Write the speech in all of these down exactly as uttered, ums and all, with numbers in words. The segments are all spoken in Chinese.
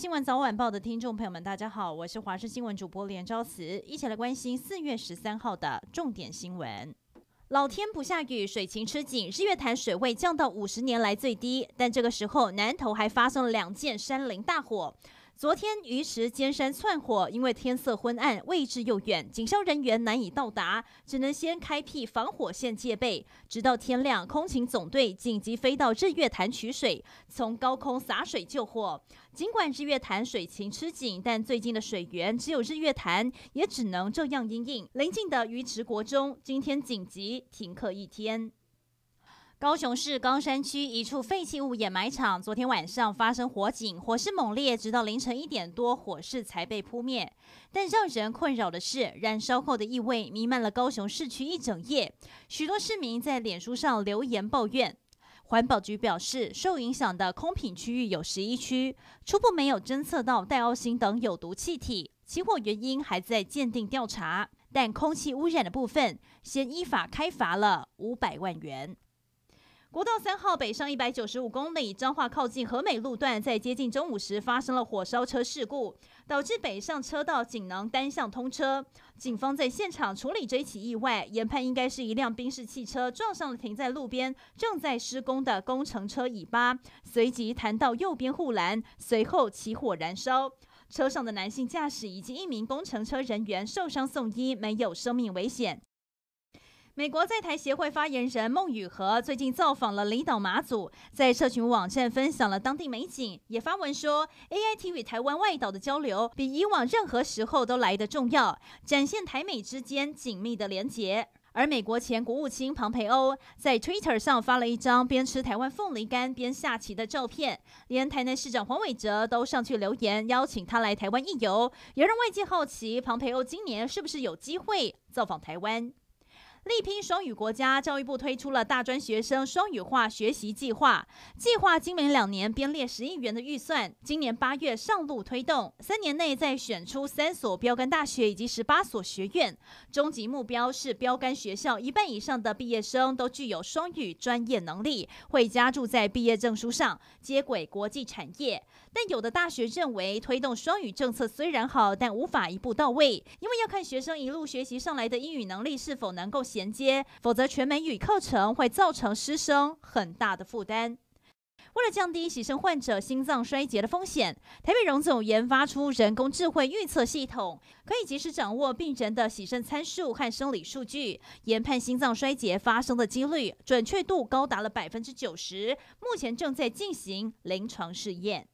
新闻早晚报的听众朋友们，大家好，我是华视新闻主播连昭慈，一起来关心四月十三号的重点新闻。老天不下雨，水情吃紧，日月潭水位降到五十年来最低，但这个时候南投还发生了两件山林大火。昨天鱼池尖山窜火，因为天色昏暗，位置又远，警消人员难以到达，只能先开辟防火线戒备。直到天亮，空勤总队紧急飞到日月潭取水，从高空洒水救火。尽管日月潭水情吃紧，但最近的水源只有日月潭，也只能这样因应。邻近的鱼池国中今天紧急停课一天。高雄市冈山区一处废弃物掩埋场，昨天晚上发生火警，火势猛烈，直到凌晨一点多，火势才被扑灭。但让人困扰的是，燃烧后的异味弥漫了高雄市区一整夜，许多市民在脸书上留言抱怨。环保局表示，受影响的空品区域有十一区，初步没有侦测到戴奥辛等有毒气体，起火原因还在鉴定调查。但空气污染的部分，先依法开罚了五百万元。国道三号北上一百九十五公里，彰化靠近和美路段，在接近中午时发生了火烧车事故，导致北上车道仅能单向通车。警方在现场处理这起意外，研判应该是一辆宾士汽车撞上了停在路边正在施工的工程车尾巴，随即弹到右边护栏，随后起火燃烧。车上的男性驾驶以及一名工程车人员受伤送医，没有生命危险。美国在台协会发言人孟宇和最近造访了离岛马祖，在社群网站分享了当地美景，也发文说 A I T 与台湾外岛的交流比以往任何时候都来得重要，展现台美之间紧密的连结。而美国前国务卿庞培欧在 Twitter 上发了一张边吃台湾凤梨干边下棋的照片，连台南市长黄伟哲都上去留言邀请他来台湾一游，也让外界好奇庞培欧今年是不是有机会造访台湾。力拼双语国家，教育部推出了大专学生双语化学习计划，计划今明两年编列十亿元的预算，今年八月上路推动，三年内再选出三所标杆大学以及十八所学院，终极目标是标杆学校一半以上的毕业生都具有双语专业能力，会加注在毕业证书上，接轨国际产业。但有的大学认为，推动双语政策虽然好，但无法一步到位，因为要看学生一路学习上来的英语能力是否能够衔接，否则全美语课程会造成师生很大的负担。为了降低洗肾患者心脏衰竭的风险，台北荣总研发出人工智慧预测系统，可以及时掌握病人的洗肾参数和生理数据，研判心脏衰竭发生的几率，准确度高达了百分之九十。目前正在进行临床试验。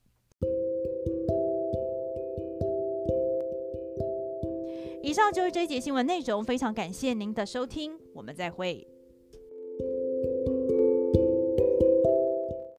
以上就是这一节新闻内容，非常感谢您的收听，我们再会。